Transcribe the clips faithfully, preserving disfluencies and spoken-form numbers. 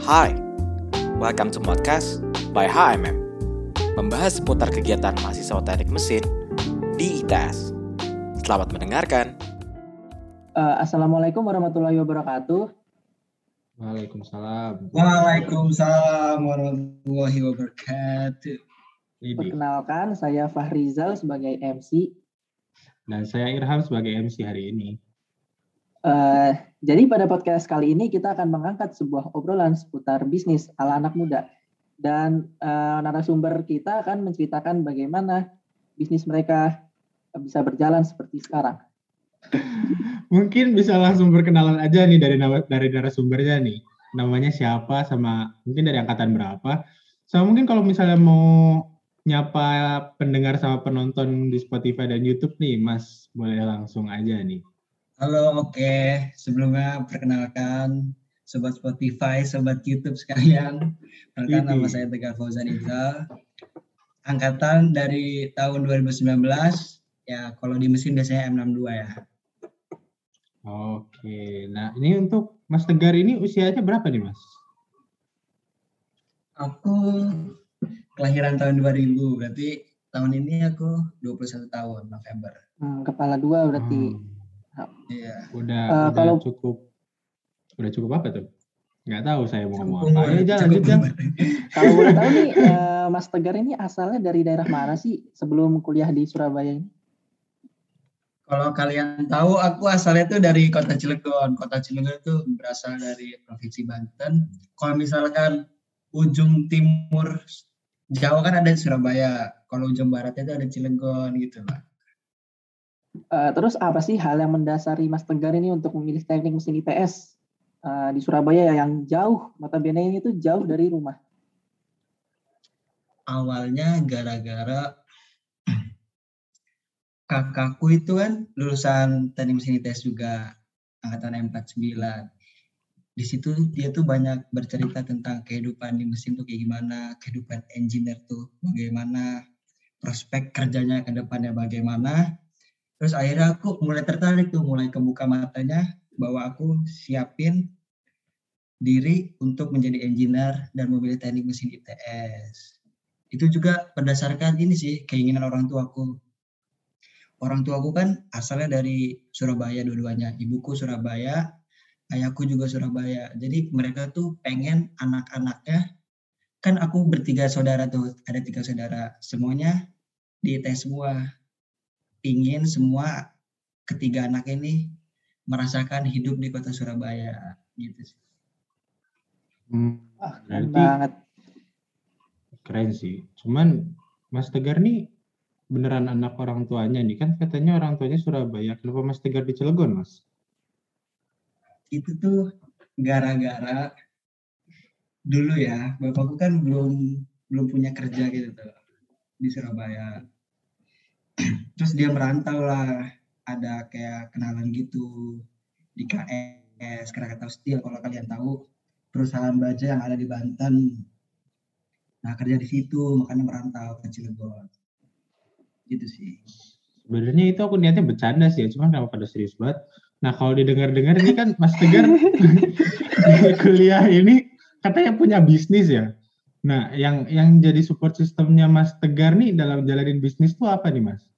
Hi, welcome to podcast by H M M. Membahas seputar kegiatan mahasiswa teknik mesin di I T S. Selamat mendengarkan. Uh, Assalamualaikum warahmatullahi wabarakatuh. Waalaikumsalam. Waalaikumsalam warahmatullahi wabarakatuh. Perkenalkan, saya Fahrizal sebagai M C. Dan saya Irham sebagai M C hari ini. Uh, jadi pada podcast kali ini kita akan mengangkat sebuah obrolan seputar bisnis ala anak muda. Dan uh, narasumber kita akan menceritakan bagaimana bisnis mereka bisa berjalan seperti sekarang. Mungkin bisa langsung perkenalan aja nih dari dari narasumbernya nih. Namanya siapa, sama mungkin dari angkatan berapa. Sama mungkin kalau misalnya mau nyapa pendengar sama penonton di Spotify dan YouTube nih, Mas boleh langsung aja nih. Halo, oke. Okay. Sebelumnya perkenalkan Sobat Spotify, Sobat YouTube sekalian. Perkenalkan nama saya Tegar Fauzan Iza. Angkatan dari tahun dua ribu sembilan belas. Ya, kalau di mesin biasanya M enam dua ya. Oke, nah ini untuk Mas Tegar ini usianya berapa nih Mas? Aku kelahiran tahun dua ribu, berarti tahun ini aku dua puluh satu tahun, November. Hmm, kepala dua berarti. Hmm. Iya. Udah, Uh, udah kalau... cukup, udah cukup apa tuh? Nggak tahu saya mau ngomong Umur, apa. Ayo jangan lanjut ya. Kalau boleh tahu nih, uh, Mas Tegar ini asalnya dari daerah mana sih sebelum kuliah di Surabaya ini? Kalau kalian tahu, aku asalnya tuh dari kota Cilegon. Kota Cilegon itu berasal dari provinsi Banten. Kalau misalkan ujung timur Jawa kan ada Surabaya. Kalau ujung baratnya itu ada Cilegon gitu lah. Uh, terus apa sih hal yang mendasari Mas Tegar ini untuk memilih teknik mesin I T S uh, di Surabaya yang jauh, notabene ini tuh jauh dari rumah? Awalnya gara-gara kakakku itu kan lulusan teknik mesin I T S juga, angkatan M empat puluh sembilan. Di situ dia tuh banyak bercerita tentang kehidupan di mesin tuh kayak gimana, kehidupan engineer tuh bagaimana, prospek kerjanya ke depannya bagaimana. Terus akhirnya aku mulai tertarik tuh, mulai kebuka matanya bahwa aku siapin diri untuk menjadi engineer dan memilih teknik mesin I T S. Itu juga berdasarkan ini sih, keinginan orang tuaku. Orang tuaku kan asalnya dari Surabaya dua-duanya. Ibuku Surabaya, ayahku juga Surabaya. Jadi mereka tuh pengen anak-anaknya, kan aku bertiga saudara tuh, ada tiga saudara. Semuanya di I T S semua. Ingin semua ketiga anak ini merasakan hidup di kota Surabaya gitu sih. Hmm, ah, berarti banget. Keren sih. Cuman Mas Tegar nih beneran anak orang tuanya nih, kan katanya orang tuanya Surabaya. Kenapa Mas Tegar di Cilegon, Mas? Itu tuh gara-gara dulu ya, bapakku kan belum belum punya kerja gitu tuh di Surabaya. Terus dia merantau lah, ada kayak kenalan gitu di K S, Krakatau Steel kalau kalian tahu, perusahaan baja yang ada di Banten. Nah kerja di situ, makanya merantau ke Cilegon. Gitu sih. Sebenarnya itu aku niatnya bercanda sih, ya. Cuman kenapa pada serius banget. Nah kalau didengar-dengar ini kan Mas Tegar di kuliah ini katanya punya bisnis ya. Nah yang yang jadi support sistemnya Mas Tegar nih dalam jalanin bisnis tuh apa nih Mas?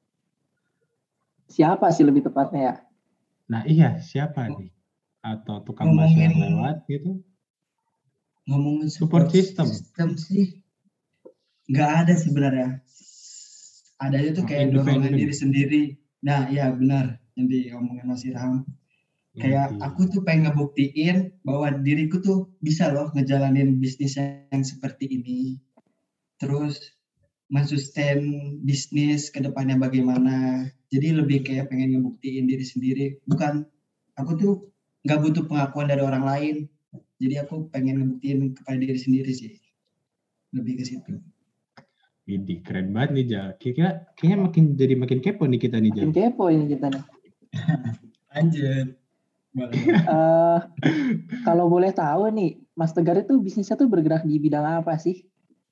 Siapa sih lebih tepatnya ya? Nah iya, siapa nih? Atau tukang bakso Ngomongin, yang lewat gitu? ngomongin support, support system. system sih, nggak ada sebenarnya. Adanya tuh kayak dorongan diri sendiri. Nah iya benar, yang diomongin Mas Irham. Kayak Inti. aku tuh pengen ngebuktiin bahwa diriku tuh bisa loh ngejalanin bisnis yang seperti ini. Terus mensustain bisnis ke depannya bagaimana. Jadi lebih kayak pengen ngebuktiin diri sendiri. Bukan, aku tuh nggak butuh pengakuan dari orang lain. Jadi aku pengen ngebuktiin kepada diri sendiri sih. Lebih ke situ. Ini keren banget nih Jal. Kira kayaknya makin jadi makin kepo nih kita nih Jal. Makin kepo ini kita nih. Lanjut. uh, kalau boleh tahu nih, Mas Tegar itu bisnisnya tuh bergerak di bidang apa sih?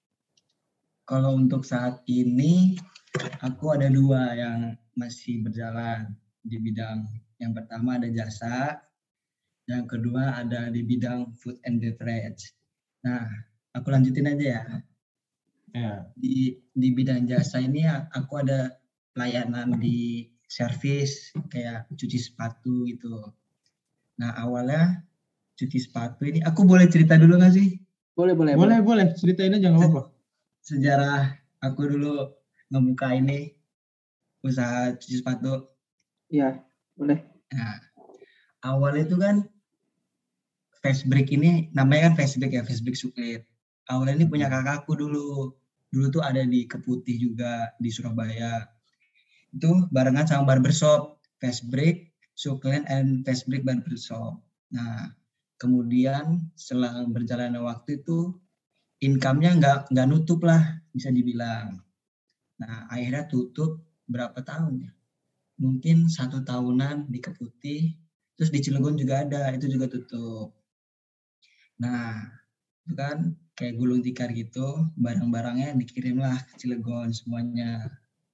Kalau untuk saat ini, aku ada dua yang masih berjalan di bidang. Yang pertama ada jasa, yang kedua ada di bidang food and beverage. Nah, aku lanjutin aja ya. Ya. Di di bidang jasa ini aku ada pelayanan di servis kayak cuci sepatu gitu. Nah, awalnya cuci sepatu ini aku boleh cerita dulu nggak sih? Boleh, boleh, Boleh, boleh. Ceritain aja nggak apa-apa. Sejarah aku dulu ngebuka ini usaha cuci sepatu. Iya, boleh. Nah, awal itu kan Facebreak ini namanya kan Facebreak ya, Facebreak Suklit. Awalnya ini punya kakakku dulu. Dulu tuh ada di Keputih juga di Surabaya. Itu barengan sama barbershop, Facebreak, Suklit and Facebreak Barbershop. Nah, kemudian selang berjalannya waktu itu income-nya nggak nggak nutup lah bisa dibilang. Nah, akhirnya tutup berapa tahun ya? Mungkin satu tahunan di Keputih, terus di Cilegon juga ada, itu juga tutup. Nah, itu kan kayak gulung tikar gitu, barang-barangnya dikirimlah ke Cilegon semuanya.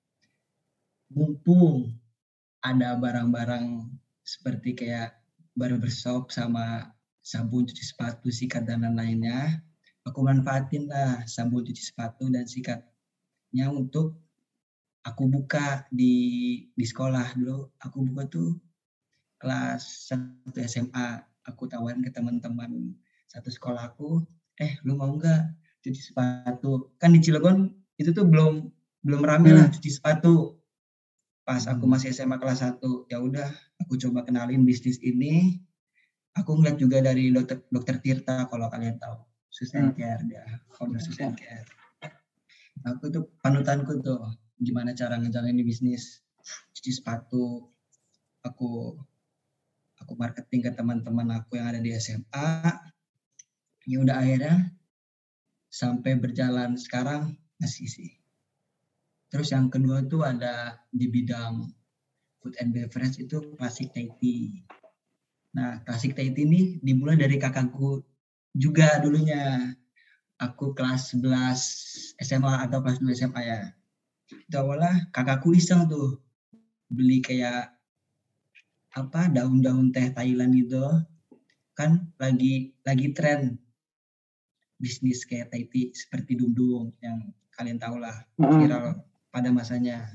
Mumpung ada barang-barang seperti kayak barbershop sama sabun cuci sepatu, sikat dan lain-lainnya, aku manfaatin lah sabun cuci sepatu dan sikatnya untuk aku buka di di sekolah dulu. Aku buka tuh kelas satu S M A. Aku tawarin ke teman-teman satu sekolahku, eh lu mau nggak cuci sepatu? Kan di Cilegon itu tuh belum belum rame lah cuci sepatu. Pas aku masih S M A kelas satu, ya udah aku coba kenalin bisnis ini. Aku ngeliat juga dari dokter dokter Tirta kalau kalian tahu, Susan Hmm. Care dia, founder Susan Care. Aku tuh panutanku tuh gimana cara ngejalanin bisnis cuci sepatu. Aku aku marketing ke teman-teman aku yang ada di S M A. Ya udah akhirnya sampai berjalan sekarang masih sih. Terus yang kedua tuh ada di bidang food and beverage itu Classic Thai Tea. Nah, Classic Thai Tea ini dimulai dari kakakku juga dulunya. Aku kelas sebelas S M A atau kelas dua S M A ya. Itu awalnya kakakku iseng tuh beli kayak apa daun-daun teh Thailand gitu. Kan lagi lagi tren bisnis kayak Thai Tea seperti Dum-Dum yang kalian tahu lah viral pada masanya.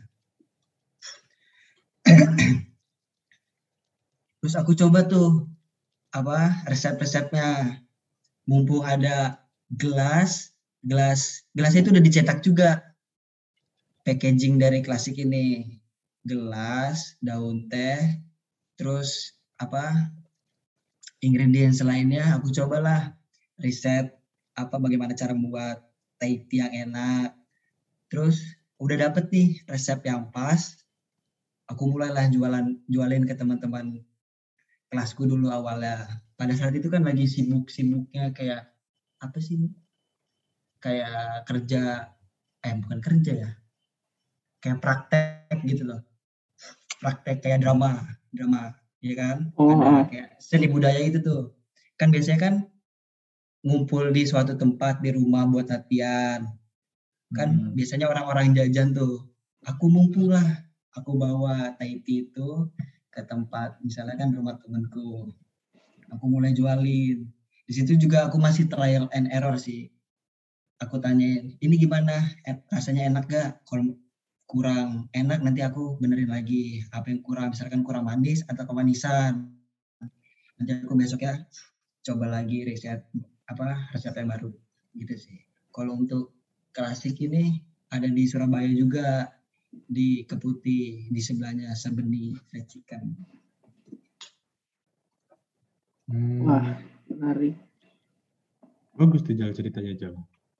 Terus aku coba tuh apa resep-resepnya. Mumpung ada gelas, gelas gelasnya itu udah dicetak juga. Packaging dari Klasik ini. Gelas, daun teh, terus apa ingredients lainnya aku cobalah riset apa bagaimana cara membuat Thai tea yang enak. Terus udah dapet nih resep yang pas. Aku mulailah jualan jualin ke teman-teman kelasku dulu awalnya. Pada saat itu kan lagi sibuk-sibuknya kayak apa sih? Kayak kerja, eh bukan kerja ya. Kayak praktek gitu loh. Praktek kayak drama, drama, ya kan? Oh, ada kayak seni budaya itu tuh. Kan biasanya kan ngumpul di suatu tempat di rumah buat latihan. Kan hmm. biasanya orang-orang jajan tuh. Aku mumpul lah. Aku bawa Thai tea itu ke tempat misalnya kan rumah temanku. Aku mulai jualin. Di situ juga aku masih trial and error sih. Aku tanyain, ini gimana? Rasanya enak gak? Kalau kurang enak nanti aku benerin lagi. Apa yang kurang? Misalkan kurang manis atau kemanisan. Nanti aku besok ya coba lagi riset apa resep yang baru gitu sih. Kalau untuk Klasik ini ada di Surabaya juga. Di Keputih, di sebelahnya Sabeni Fried Chicken. Hmm. Wah, menarik. Bagus tuh Jal ceritanya Jal.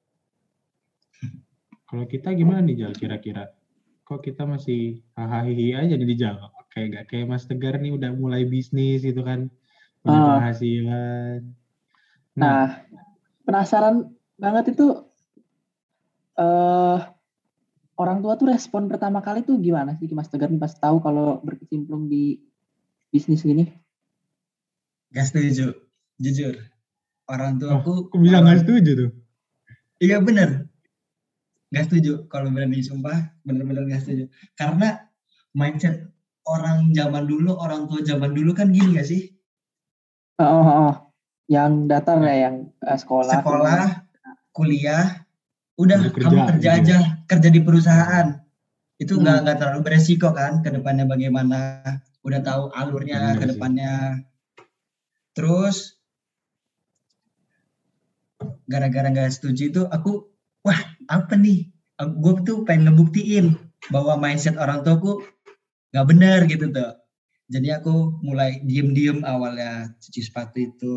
Kalau kita gimana nih Jal kira-kira? Kok kita masih hahaha aja nih di Jal? Kayak gak kayak Mas Tegar nih udah mulai bisnis gitu kan, punya uh, penghasilan. Nah, nah, penasaran banget itu. Uh, orang tua tuh respon pertama kali tuh gimana sih Mas Tegar nih pas tahu kalau berkecimpung di bisnis gini? Gak setuju, jujur. Orang tua aku. Oh, kok bisa gak setuju tuh? Iya bener. Gak setuju. Kalau berani sumpah, bener-bener gak setuju. Karena mindset orang zaman dulu, orang tua zaman dulu kan gini gak sih? Oh, oh, oh. Yang datar ya, yang uh, sekolah, sekolah, kuliah, udah Udah kerja, kamu kerja gitu aja, kerja di perusahaan. Itu nggak Hmm. nggak terlalu beresiko kan ke depannya bagaimana, udah tahu alurnya Bener ke sih. depannya. Terus gara-gara nggak setuju itu aku, wah apa nih? Gue tuh pengen ngebuktiin bahwa mindset orang tuaku nggak benar gitu tuh. Jadi aku mulai diem-diem awalnya cuci sepatu itu.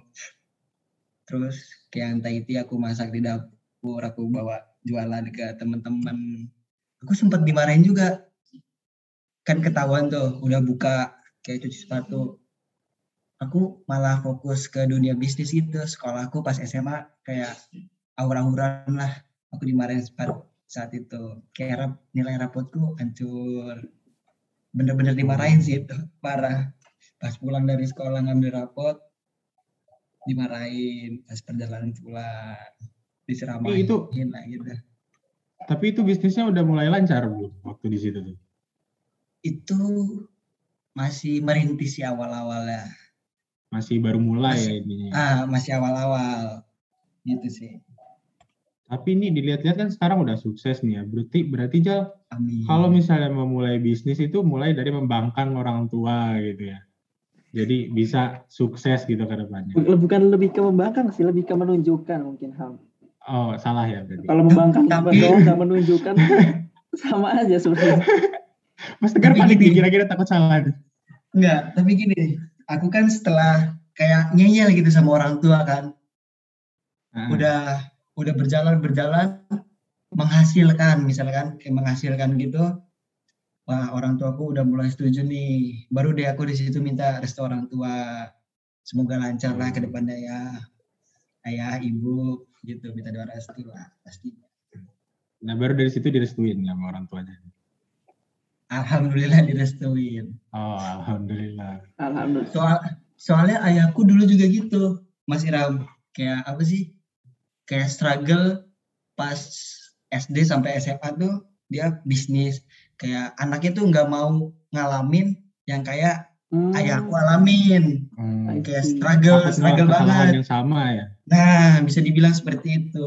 Terus kayak yang Tahiti aku masak di dapur, aku bawa jualan ke teman-teman. Aku sempat dimarahin juga. Kan ketahuan tuh udah buka kayak cuci sepatu. Aku malah fokus ke dunia bisnis gitu. Sekolahku pas S M A kayak aura-auran lah. Aku dimarahin saat itu. Kayak rap, nilai rapotku hancur. Bener-bener dimarahin sih itu, parah. Pas pulang dari sekolah ngambil rapot, dimarahin. Pas perjalanan pulang, diseramahin Itu lah gitu. Tapi itu bisnisnya udah mulai lancar belum waktu di situ tuh? Itu masih merintis sih awal-awalnya. Masih baru mulai masih, ya ininya. Ah, masih awal-awal. Gitu sih. Tapi ini dilihat-lihat kan sekarang udah sukses nih ya. Berarti berarti Jal, Amin. kalau misalnya mau mulai bisnis itu mulai dari membangkang orang tua gitu ya. Jadi bisa sukses gitu ke depannya. Bukan lebih ke membangkang sih, lebih ke menunjukkan mungkin Ham. Oh, salah ya berarti. Kalau membangkang Tapi doang nggak menunjukkan sama aja sebenarnya. Mas Tegar Tapi panik gini. nih, kira-kira takut salah nih. Enggak, tapi gini, aku kan setelah kayak ngeyel gitu sama orang tua kan, Nah, udah udah berjalan berjalan menghasilkan, misalkan kayak menghasilkan gitu, wah orang tuaku udah mulai setuju nih, baru deh aku di situ minta restu orang tua, semoga lancar lah ke depannya ya, ayah ibu gitu, minta doa restu lah pasti. Nah baru dari situ direstuin sama orang tuanya. Alhamdulillah direstuin. Oh alhamdulillah. Alhamdulillah. Soal soalnya ayahku dulu juga gitu, Mas Iram, kayak apa sih? Kayak struggle pas S D sampai S M A tuh dia bisnis. Kayak anaknya tuh nggak mau ngalamin yang kayak Hmm. ayahku alamin. Hmm. Kayak see. struggle, Takut struggle ngelakuin kesalahan banget. yang sama ya. Nah, bisa dibilang seperti itu.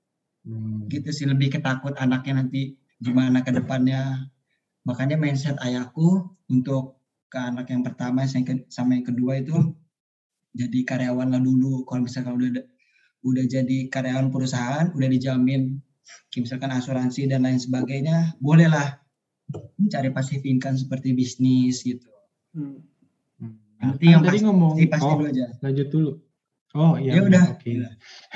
Hmm. Gitu sih, lebih ketakut anaknya nanti gimana ke depannya. Makanya mindset ayahku untuk ke anak yang pertama sama yang kedua itu jadi karyawan lah dulu. Kalau misalkan udah udah jadi karyawan perusahaan, udah dijamin misalkan asuransi dan lain sebagainya, bolehlah mencari passive income seperti bisnis gitu. Hmm. Nah, Nanti yang tadi pasti, ngomong, pasti oh, dulu aja. lanjut dulu. Oh iya, Ya udah. oke. Okay.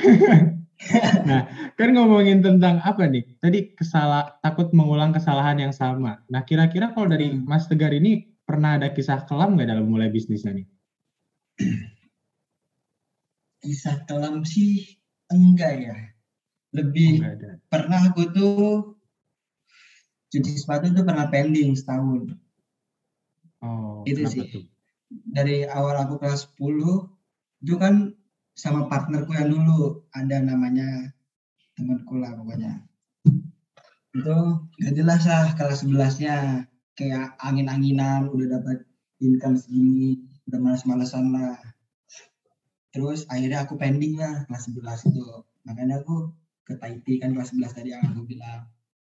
Nah, kan ngomongin tentang apa nih? Tadi kesalah, takut mengulang kesalahan yang sama. Nah, kira-kira kalau dari Hmm. Mas Tegar ini pernah ada kisah kelam nggak dalam mulai bisnisnya nih? Kisah kelam sih enggak ya. Lebih Enggak ada. pernah aku tuh cuci sepatu tuh pernah pending setahun. Oh, Itu kenapa sih. tuh? Dari awal aku kelas sepuluh itu kan sama partnerku yang dulu ada namanya temanku lah pokoknya. Itu gak jelas lah kelas sebelasnya, kayak angin-anginan, udah dapat income segini, udah malas-malasan lah. Terus akhirnya aku pending lah kelas sebelas itu, makanya aku ke Tahiti kan kelas sebelas tadi yang aku bilang.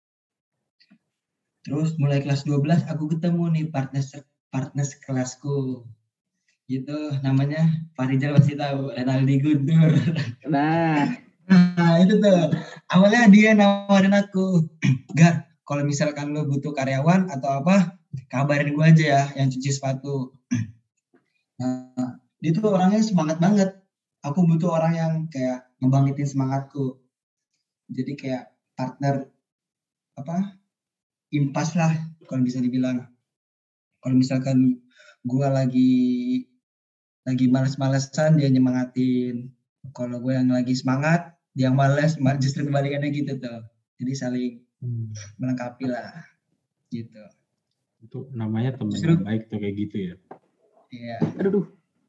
Terus mulai kelas dua belas aku ketemu nih partner partner kelasku, gitu namanya Farijal, pasti tahu, Renaldi Guntur. Nah, Nah itu tuh awalnya dia nawarin aku, Gar, kalau misalkan lo butuh karyawan atau apa, kabarin gue aja ya yang cuci sepatu. Nah dia tuh orangnya semangat banget, aku butuh orang yang kayak ngebangkitin semangatku, jadi kayak partner apa impas lah kalau bisa dibilang. Kalau misalkan gue lagi lagi malas-malasan, dia nyemangatin. Kalau gue yang lagi semangat, dia yang malas, justru kebalikannya gitu tuh. Jadi saling hmm. melengkapi lah, gitu. Itu namanya teman Justru, yang baik tuh kayak gitu ya. Iya. Aduh.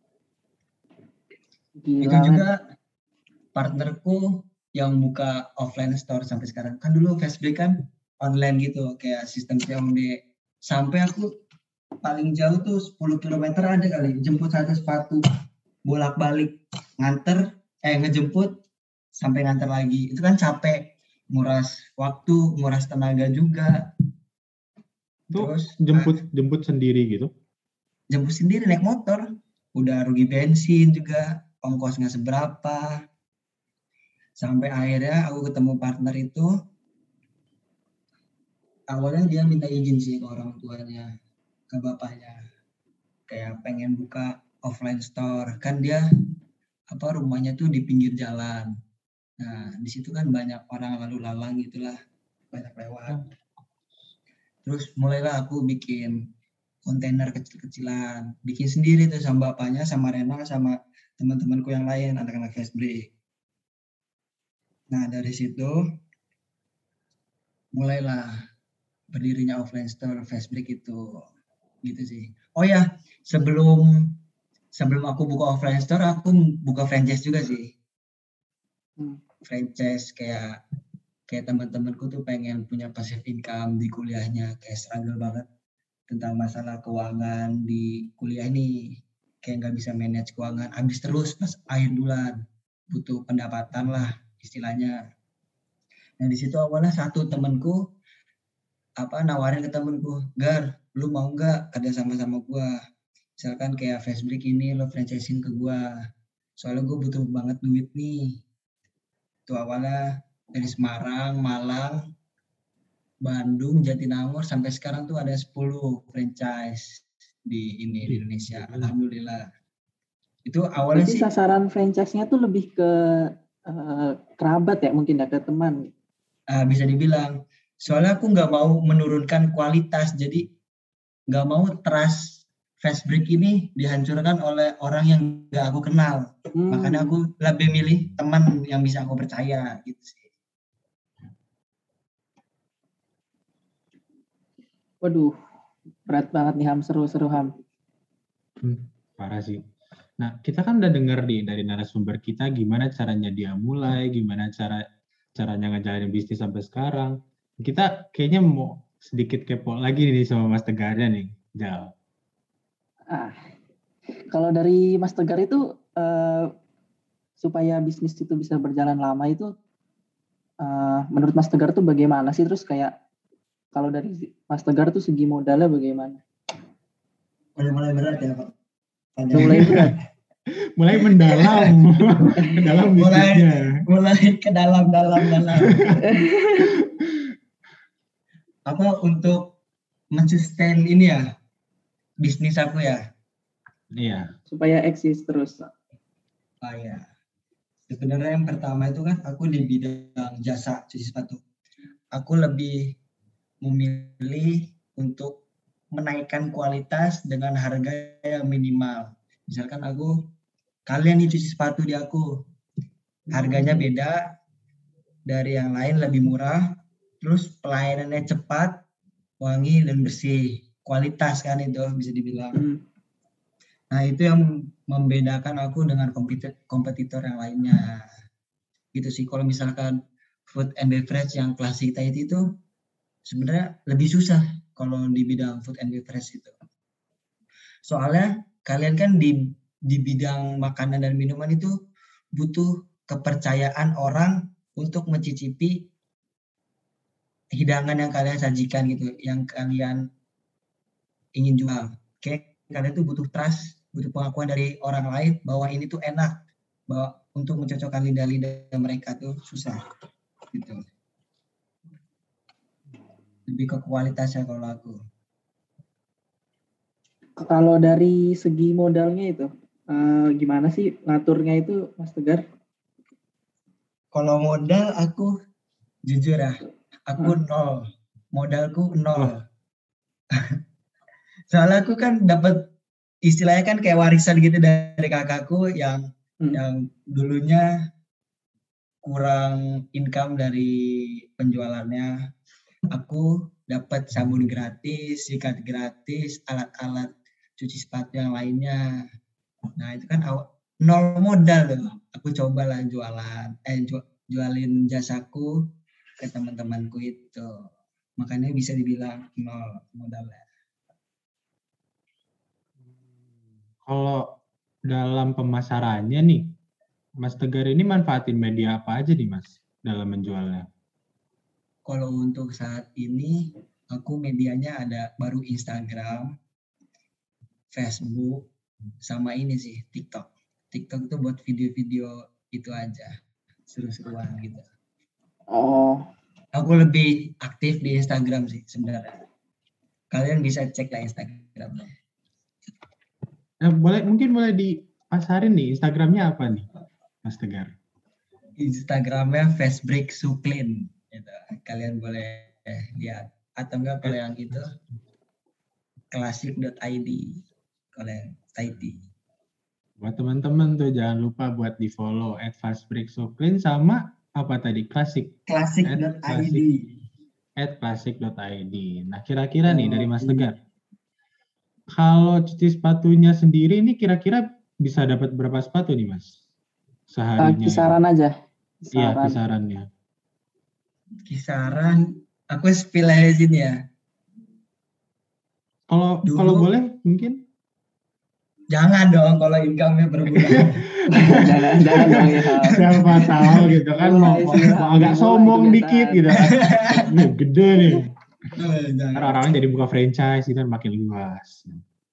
Gila. Itu juga partnerku yang buka offline store sampai sekarang. Kan dulu Fastback kan online gitu, kayak sistem C O D. Sampai aku paling jauh tuh sepuluh kilometer ada kali, jemput satu sepatu. bolak-balik nganter, eh ngejemput sampai nganter lagi. Itu kan capek, nguras waktu, nguras tenaga juga. Tuh Terus jemput ah, jemput sendiri gitu. jemput sendiri naik motor, udah rugi bensin juga, ongkos nggak seberapa. Sampai akhirnya aku ketemu partner itu, awalnya dia minta izin sih ke orang tuanya, ke bapaknya, kayak pengen buka offline store. Kan dia apa rumahnya tuh di pinggir jalan. Nah di situ kan banyak orang lalu lalang gitulah, banyak lewat. Terus mulailah aku bikin kontainer kecil-kecilan, bikin sendiri tuh sama bapaknya, sama Rena, sama teman-temanku yang lain, anak-anak Fastbreak. Nah dari situ mulailah berdirinya offline store Fastbreak itu, gitu sih. Oh ya, sebelum sebelum aku buka offline store, aku buka franchise juga sih. Hmm. Franchise kayak kayak teman-temanku tuh pengen punya passive income di kuliahnya, kayak struggle banget tentang masalah keuangan di kuliah ini, kayak nggak bisa manage keuangan, habis terus pas akhir bulan, butuh pendapatan lah istilahnya. Nah di situ awalnya satu temanku apa nawarin ke temenku, Gar, lu mau nggak kerja sama-sama gua? Misalkan kayak Fastbreak ini lo franchisein ke gua, soalnya gue butuh banget duit nih. Itu awalnya dari Semarang, Malang, Bandung, Jatinangor, sampai sekarang tuh ada sepuluh franchise di ini di Indonesia. Alhamdulillah. Itu awalnya Berarti sih sasaran franchise-nya tuh lebih ke eh, kerabat ya, mungkin ya, ke teman. ah, bisa dibilang. Soalnya aku nggak mau menurunkan kualitas, jadi nggak mau trust Fastbreak ini dihancurkan oleh orang yang nggak aku kenal. Hmm. Makanya aku lebih milih teman yang bisa aku percaya gitu sih. Waduh, berat banget nih Ham, seru-seru Ham. Hmm, parah sih. Nah, kita kan udah dengar nih dari narasumber kita gimana caranya dia mulai, gimana cara caranya ngejalanin bisnis sampai sekarang. Kita kayaknya mau sedikit kepo lagi nih sama Mas Tegarnya nih, Jal. Ah, kalau dari Mas Tegar itu eh, supaya bisnis itu bisa berjalan lama itu, eh, menurut Mas Tegar tuh bagaimana sih? Terus kayak kalau dari Mas Tegar tuh segi modalnya bagaimana? Udah mulai berat ya Pak. Udah mulai berat. Mulai mendalam, mendalam mulai bisnisnya. mulai ke dalam dalam dalam. Apa untuk mensustain ini ya bisnis aku ya? Iya. Supaya eksis terus. Oh ya. Sebenarnya yang pertama itu kan aku di bidang jasa cuci sepatu. Aku lebih memilih untuk menaikkan kualitas dengan harga yang minimal. Misalkan aku, kalian nih cuci sepatu di aku, harganya beda dari yang lain, lebih murah, terus pelayanannya cepat, wangi dan bersih. Kualitas kan itu bisa dibilang. Hmm. Nah itu yang membedakan aku dengan kompetitor, kompetitor yang lainnya. Gitu sih, kalau misalkan food and beverage yang klasik tadi itu sebenarnya lebih susah kalau di bidang food and beverage itu. Soalnya kalian kan di di bidang makanan dan minuman itu butuh kepercayaan orang untuk mencicipi hidangan yang kalian sajikan gitu, yang kalian ingin jual. Kayak kalian tuh butuh trust, butuh pengakuan dari orang lain bahwa ini tuh enak, bahwa untuk mencocokkan lidah-lidah mereka tuh susah gitu. Lebih ke kualitasnya kalau aku. Kalau dari segi modalnya itu, eh, gimana sih ngaturnya itu Mas Tegar? Kalau modal aku jujur ya, aku Hmm. nol, modalku nol. Oh. Soalnya aku kan dapat istilahnya kan kayak warisan gitu dari kakakku yang Hmm. yang dulunya kurang income dari penjualannya. Aku dapat sabun gratis, sikat gratis, alat-alat cuci sepatu yang lainnya. Nah itu kan awal, nol modal tuh. Aku cobalah jualan, eh ju, jualin jasaku ke teman-temanku itu. Makanya bisa dibilang nol modalnya. Kalau dalam pemasarannya nih, Mas Tegar ini manfaatin media apa aja nih Mas dalam menjualnya? Kalau untuk saat ini, aku medianya ada baru Instagram, Facebook, sama ini sih, TikTok. TikTok itu buat video-video itu aja, seru-seruan gitu. Oh, Aku lebih aktif di Instagram sih sebenarnya. Kalian bisa cek lah Instagramnya. Nah, boleh mungkin boleh dipasarin nih Instagramnya apa nih Mas Tegar? Instagramnya Facebreak Suklin. Gitu. Kalian boleh lihat. Atau enggak kalau yang itu klasik dot i d. Kalau yang I T. Buat teman-teman tuh jangan lupa buat di follow at fastbreaksuklin sama apa tadi klasik klasik dot i d. at klasik dot i d. Nah kira-kira nih dari Mas Tegar, kalau cuci sepatunya sendiri ini kira-kira bisa dapat berapa sepatu nih Mas seharinya? uh, kisaran aja. Iya kisarannya. Kisaran, aku spill aja sini ya. Kalau kalau boleh mungkin. Jangan dong kalau income-nya per bulan. jangan jangan dong ya. Siapa tahu gitu kan mau, mau, mau agak sombong dikit gitu kan. Nih gede nih. Orang-orang jadi buka franchise itu kan makin luas.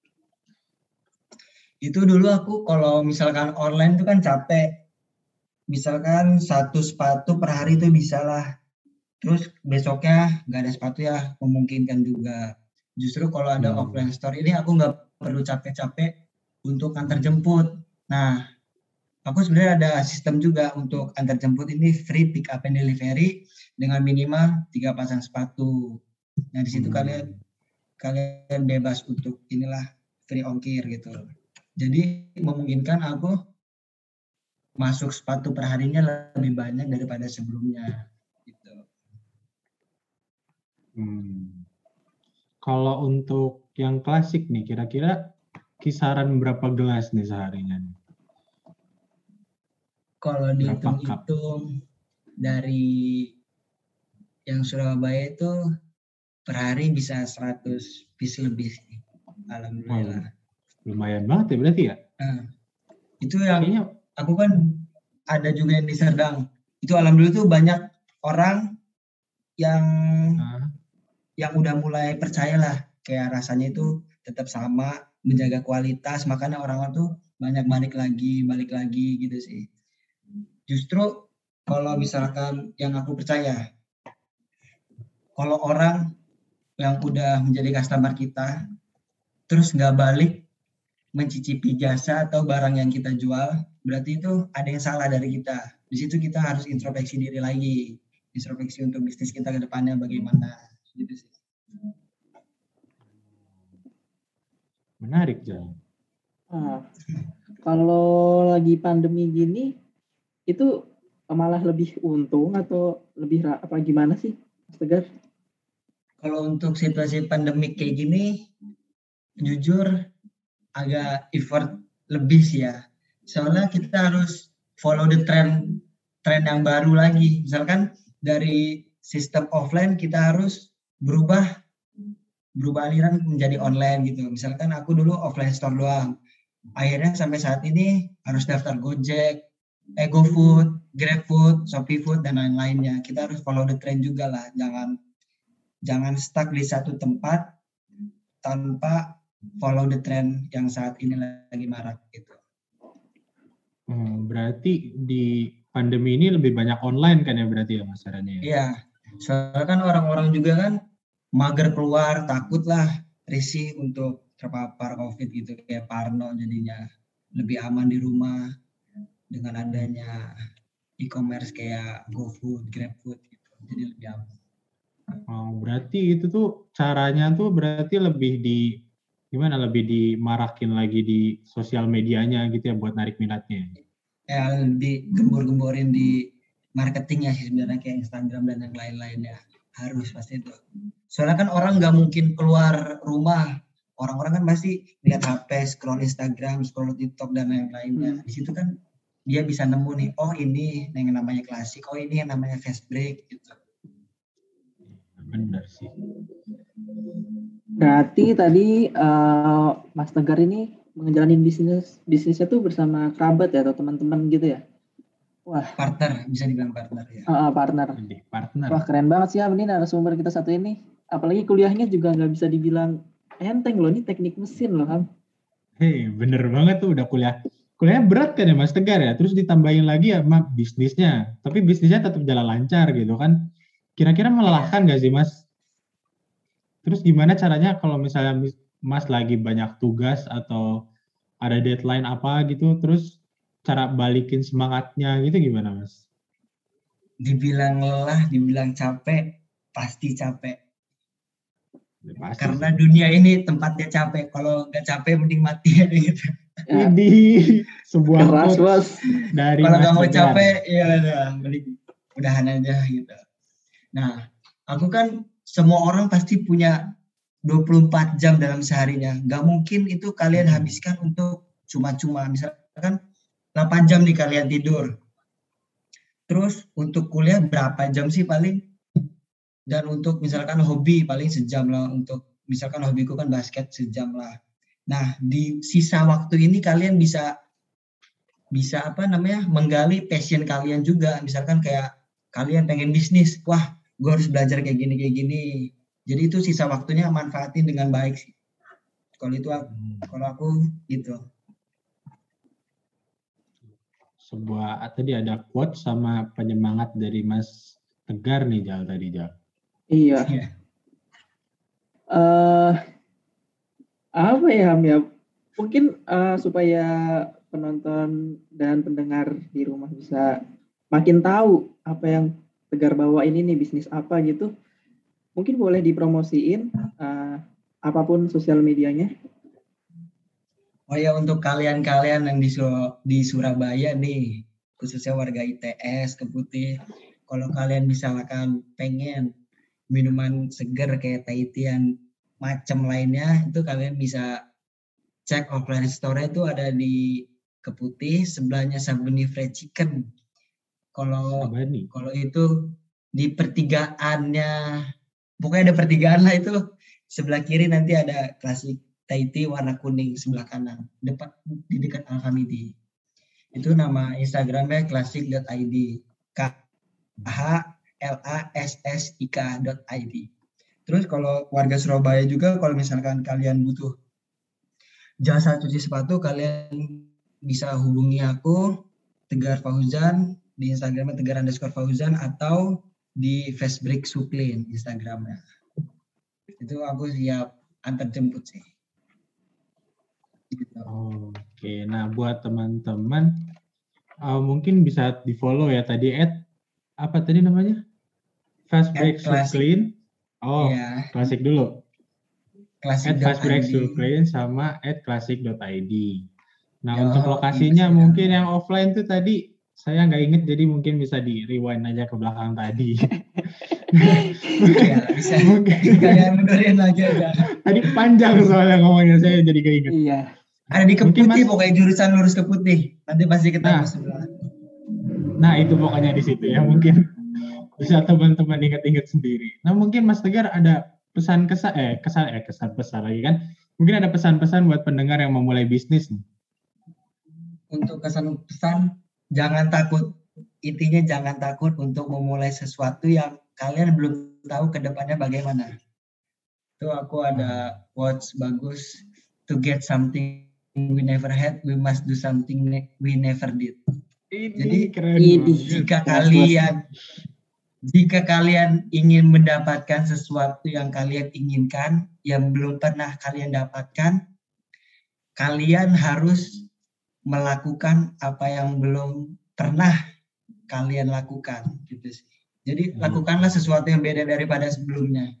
Itu dulu aku kalau misalkan online itu kan capek. Misalkan satu sepatu per hari itu bisa lah. Terus besoknya nggak ada sepatu ya memungkinkan juga. Justru kalau ada hmm. offline store ini aku nggak perlu capek-capek untuk antar jemput. Nah, aku sebenarnya ada sistem juga untuk antar jemput ini free pick up and delivery dengan minimal tiga pasang sepatu. Nah, di situ hmm. kalian kalian bebas untuk inilah free ongkir gitu. Jadi memungkinkan aku masuk sepatu per harinya lebih banyak daripada sebelumnya. Gitu. Hmm. Kalau untuk yang klasik nih, kira-kira kisaran berapa gelas nih seharinya? Kalau dihitung-hitung dari yang Surabaya itu per hari bisa seratus piece lebih sih. Alhamdulillah. Wow, lumayan banget ya berarti ya? Nah, itu yang Kayaknya... aku kan ada juga yang di Serdang. Itu alhamdulillah tuh banyak orang yang uh. yang udah mulai percayalah kayak rasanya itu tetap sama, menjaga kualitas, makanya orang-orang tuh banyak balik lagi, balik lagi gitu sih. Justru kalau misalkan yang aku percaya, kalau orang yang udah menjadi customer kita, terus nggak balik mencicipi jasa atau barang yang kita jual, berarti itu ada yang salah dari kita. Di situ kita harus introspeksi diri lagi, introspeksi untuk bisnis kita ke depannya bagaimana, gitu sih. Menarik, Jal. Nah, kalau lagi pandemi gini, itu malah lebih untung atau lebih apa gimana sih, Mas Tegar? Kalau untuk situasi pandemik kayak gini, jujur agak effort lebih sih ya. Soalnya kita harus follow the trend, trend yang baru lagi. Misalkan dari sistem offline kita harus berubah berubah aliran menjadi online gitu. Misalkan aku dulu offline store doang. Akhirnya sampai saat ini harus daftar Gojek, eh, GoFood, GrabFood, ShopeeFood dan lain-lainnya. Kita harus follow the trend juga lah. Jangan jangan stuck di satu tempat tanpa follow the trend yang saat ini lagi marak gitu. Hmm, berarti di pandemi ini lebih banyak online kan ya berarti ya masalahnya? Iya. Soalnya kan orang-orang juga kan mager keluar, takut lah, risih untuk terpapar COVID gitu, kayak parno jadinya. Lebih aman di rumah dengan adanya e-commerce kayak GoFood, GrabFood gitu. Jadi lebih aman. Oh, berarti itu tuh caranya tuh berarti lebih di gimana? Lebih dimarakin lagi di sosial medianya gitu ya buat narik minatnya. Ya, lebih gembor-gemborin di marketingnya sih sebenarnya kayak Instagram dan yang lain-lainnya. Harus pasti itu. Soalnya kan orang nggak mungkin keluar rumah. Orang-orang kan pasti lihat H P, scroll Instagram, scroll TikTok dan yang lainnya. Di situ kan dia bisa nemu nih, oh ini yang namanya klasik, oh ini yang namanya Facebreak gitu. Benar sih. Berarti tadi uh, Mas Tegar ini ngejalanin bisnis bisnisnya tuh bersama kerabat ya atau teman-teman gitu ya. Wah, Partner, bisa dibilang partner ya. uh, partner. Jadi partner. Wah, keren banget sih ya ini narasumber kita satu ini. Apalagi kuliahnya juga nggak bisa dibilang enteng loh, ini teknik mesin loh, Ham. Hei, bener banget tuh udah kuliah. Kuliahnya berat kan ya Mas Tegar ya, terus ditambahin lagi ya sama bisnisnya. Tapi bisnisnya tetap jalan lancar gitu kan. Kira-kira melelahkan nggak sih Mas? Terus gimana caranya kalau misalnya Mas lagi banyak tugas atau ada deadline apa gitu, terus cara balikin semangatnya gitu gimana Mas? Dibilang lelah, dibilang capek, pasti capek. Ya, pasti Karena sih. dunia ini tempatnya capek. Kalau nggak capek mending mati gitu. Ya, Ini sebuah keras quotes bos. dari Kalau Mas nggak mau Tegar. capek, ya udah, mending udahan aja gitu. Nah, aku kan semua orang pasti punya dua puluh empat jam dalam seharinya. Nggak mungkin itu kalian Hmm. habiskan untuk cuma-cuma. Misalkan delapan jam nih kalian tidur. Terus untuk kuliah berapa jam sih paling? Dan untuk misalkan hobi paling sejam lah. Untuk misalkan hobiku kan basket sejam lah. Nah, di sisa waktu ini kalian bisa bisa apa namanya menggali passion kalian juga. Misalkan kayak kalian pengen bisnis, wah, gue harus belajar kayak gini kayak gini. Jadi itu sisa waktunya manfaatin dengan baik sih. Kalau itu aku, kalau aku gitu. Sebuah tadi ada quote sama penyemangat dari Mas Tegar nih Jal tadi Jal. Iya. Iya. Eh apa ya Ham ya? Mungkin eh, supaya penonton dan pendengar di rumah bisa makin tahu apa yang Tegar bawa ini nih bisnis apa gitu. Mungkin boleh dipromosiin eh, apapun sosial medianya. Oh ya, untuk kalian-kalian yang di, Su- di Surabaya nih, khususnya warga I T S, Keputih, kalau kalian misalkan pengen minuman seger kayak Thai tea dan macam lainnya, itu kalian bisa cek offline store itu ada di Keputih, sebelahnya Sabeni Fried Chicken. Kalau Sabani. kalau itu di pertigaannya, pokoknya ada pertigaan lah itu, sebelah kiri nanti ada klasik Thai tea warna kuning sebelah kanan, depan di dekat Alfamidi. Itu nama Instagramnya classic dot i d, K H L A S S I K dot i d. Terus kalau warga Surabaya juga, kalau misalkan kalian butuh jasa cuci sepatu, kalian bisa hubungi aku, Tegar Fauzan, di Instagramnya Tegar underscore Fauzan, atau di Facebook Suklin Instagramnya. Itu aku siap antar jemput sih. Gitu. Oke, nah buat teman-teman uh, mungkin bisa di follow ya tadi at apa tadi namanya? Fast Break Suklin. Oh, ya. klasik dulu. Classic At Fast Break Suklin sama at classic dot i d. Nah Yo, untuk lokasinya iya, mungkin yang offline tuh tadi saya nggak inget jadi mungkin bisa di rewind aja ke belakang tadi. Ya, bisa. Kalian mundurin lagi aja. Tadi panjang soalnya ngomongnya saya jadi gak inget. Iya. Ada di Mungkin, Keputih, Mas- pokoknya jurusan lurus ke Putih. Nanti pasti ketemu Nah. sebelah. Nah itu pokoknya di situ ya mungkin bisa teman-teman ingat-ingat sendiri. Nah mungkin Mas Tegar ada pesan kesan eh kesan eh kesan pesan lagi kan? Mungkin ada pesan-pesan buat pendengar yang mau mulai bisnis nih. Untuk kesan pesan, jangan takut. Intinya jangan takut untuk memulai sesuatu yang kalian belum tahu ke depannya bagaimana. Itu aku ada quotes bagus. To get something we never had, we must do something we never did. Ini Jadi keren ini, jika keras, kalian jika kalian ingin mendapatkan sesuatu yang kalian inginkan, yang belum pernah kalian dapatkan, kalian harus melakukan apa yang belum pernah kalian lakukan, gitu sih. Jadi lakukanlah sesuatu yang beda daripada sebelumnya.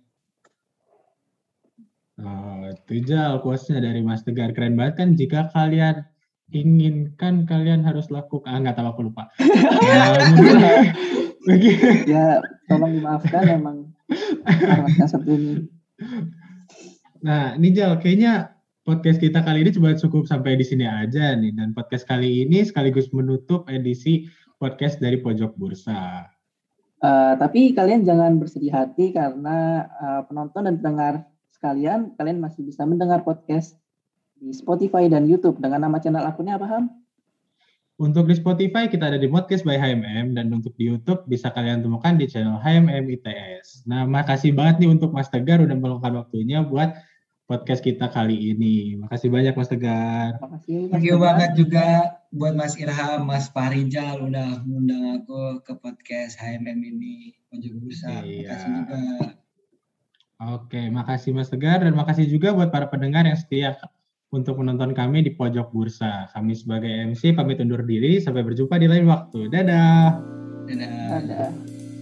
Oh, itu Jal, quotes-nya dari Mas Tegar. Keren banget kan, jika kalian inginkan, kalian harus lakukan. Ah, nggak tahu, aku lupa. Ya, mungkin, Ya, tolong dimaafkan emang anak satu ini. Nah, ini Jal, kayaknya podcast kita kali ini coba cukup sampai di sini aja nih. Dan podcast kali ini sekaligus menutup edisi podcast dari Pojok Bursa. Uh, tapi kalian jangan bersedih hati karena uh, penonton dan pendengar sekalian, kalian masih bisa mendengar podcast di Spotify dan YouTube dengan nama channel akunnya apa, Ham? Untuk di Spotify kita ada di Podcast by H M M, dan untuk di YouTube bisa kalian temukan di channel H M M I T S. Nah, makasih banget nih untuk Mas Tegar udah meluangkan waktunya buat podcast kita kali ini. Makasih banyak Mas Tegar. Makasih. Thank you banget juga buat Mas Irham, Mas Farijal udah mengundang aku ke podcast H M M ini, Pojok Bursa. Iya. Makasih juga. Oke, makasih Mas Tegar, dan makasih juga buat para pendengar yang setia untuk menonton kami di Pojok Bursa. Kami sebagai M C pamit undur diri, sampai berjumpa di lain waktu. Dadah. Dadah. Dadah.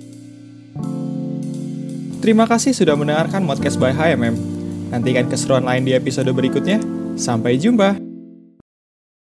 Terima kasih sudah mendengarkan podcast by H M M. Nantikan keseruan lain di episode berikutnya. Sampai jumpa.